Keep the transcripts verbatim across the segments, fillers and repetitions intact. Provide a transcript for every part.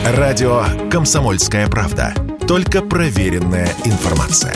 Радио «Комсомольская правда». Только проверенная информация.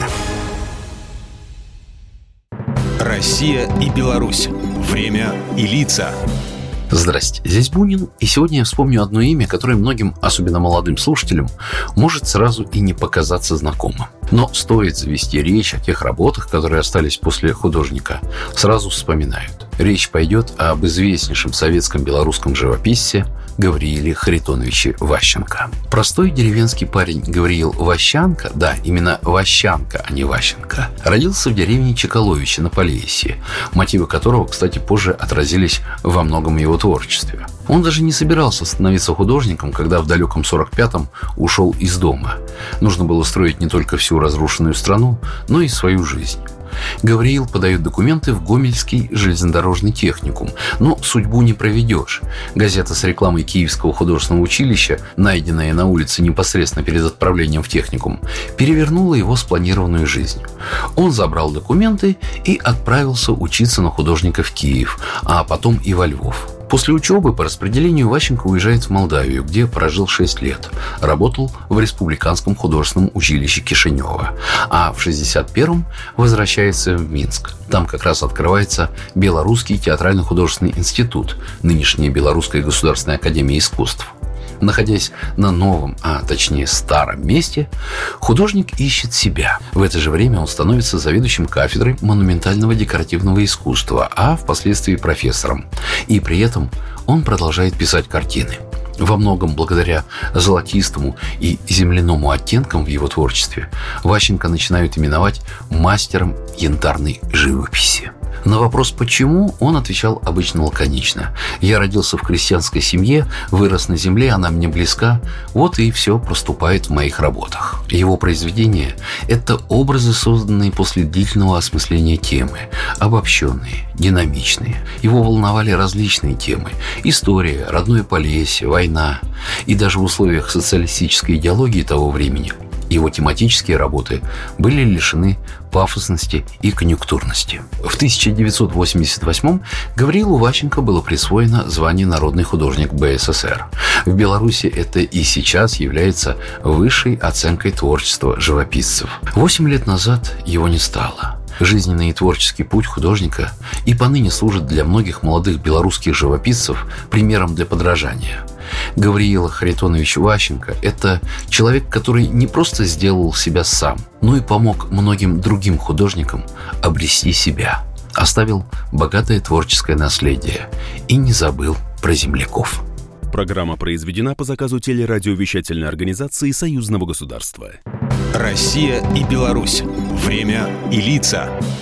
Россия и Беларусь. Время и лица. Здрасте, здесь Бунин, и сегодня я вспомню одно имя, которое многим, особенно молодым слушателям, может сразу и не показаться знакомым. Но стоит завести речь о тех работах, которые остались после художника, сразу вспоминают. Речь пойдет об известнейшем советском белорусском живописце Гаврииле Харитоновиче Ващенко. Простой деревенский парень Гавриил Ващенко, да, именно Ващенко, а не Ващенко, родился в деревне Чекаловичи на Полесье, мотивы которого, кстати, позже отразились во многом его творчестве. Он даже не собирался становиться художником, когда в далеком сорок пятом ушел из дома. Нужно было строить не только всю разрушенную страну, но и свою жизнь. Гавриил подает документы в Гомельский железнодорожный техникум, но судьбу не проведешь. Газета с рекламой Киевского художественного училища, найденная на улице непосредственно перед отправлением в техникум, перевернула его спланированную жизнь. Он забрал документы и отправился учиться на художника в Киев, а потом и во Львов. После учебы по распределению Ващенко уезжает в Молдавию, где прожил шесть лет. Работал в Республиканском художественном училище Кишинева. А в шестьдесят первом возвращается в Минск. Там как раз открывается Белорусский театрально-художественный институт, нынешняя Белорусская государственная академия искусств. Находясь на новом, а точнее старом месте, художник ищет себя. В это же время он становится заведующим кафедрой монументального декоративного искусства, а впоследствии профессором. И при этом он продолжает писать картины. Во многом благодаря золотистому и земляному оттенкам в его творчестве Ващенко начинают именовать мастером янтарной живописи. На вопрос «почему?» он отвечал обычно лаконично. «Я родился в крестьянской семье, вырос на земле, она мне близка, вот и все проступает в моих работах». Его произведения – это образы, созданные после длительного осмысления темы, обобщенные, динамичные. Его волновали различные темы – история, родное Полесье, война. И даже в условиях социалистической идеологии того времени его тематические работы были лишены пафосности и конъюнктурности. В тысяча девятьсот восемьдесят восьмом Гавриилу Ващенко было присвоено звание «Народный художник БССР». В Беларуси это и сейчас является высшей оценкой творчества живописцев. Восемь лет назад его не стало. Жизненный и творческий путь художника и поныне служит для многих молодых белорусских живописцев примером для подражания. Гавриил Харитонович Ващенко – это человек, который не просто сделал себя сам, но и помог многим другим художникам обрести себя, оставил богатое творческое наследие и не забыл про земляков. Программа произведена по заказу телерадиовещательной организации Союзного государства. Россия и Беларусь. Время и лица.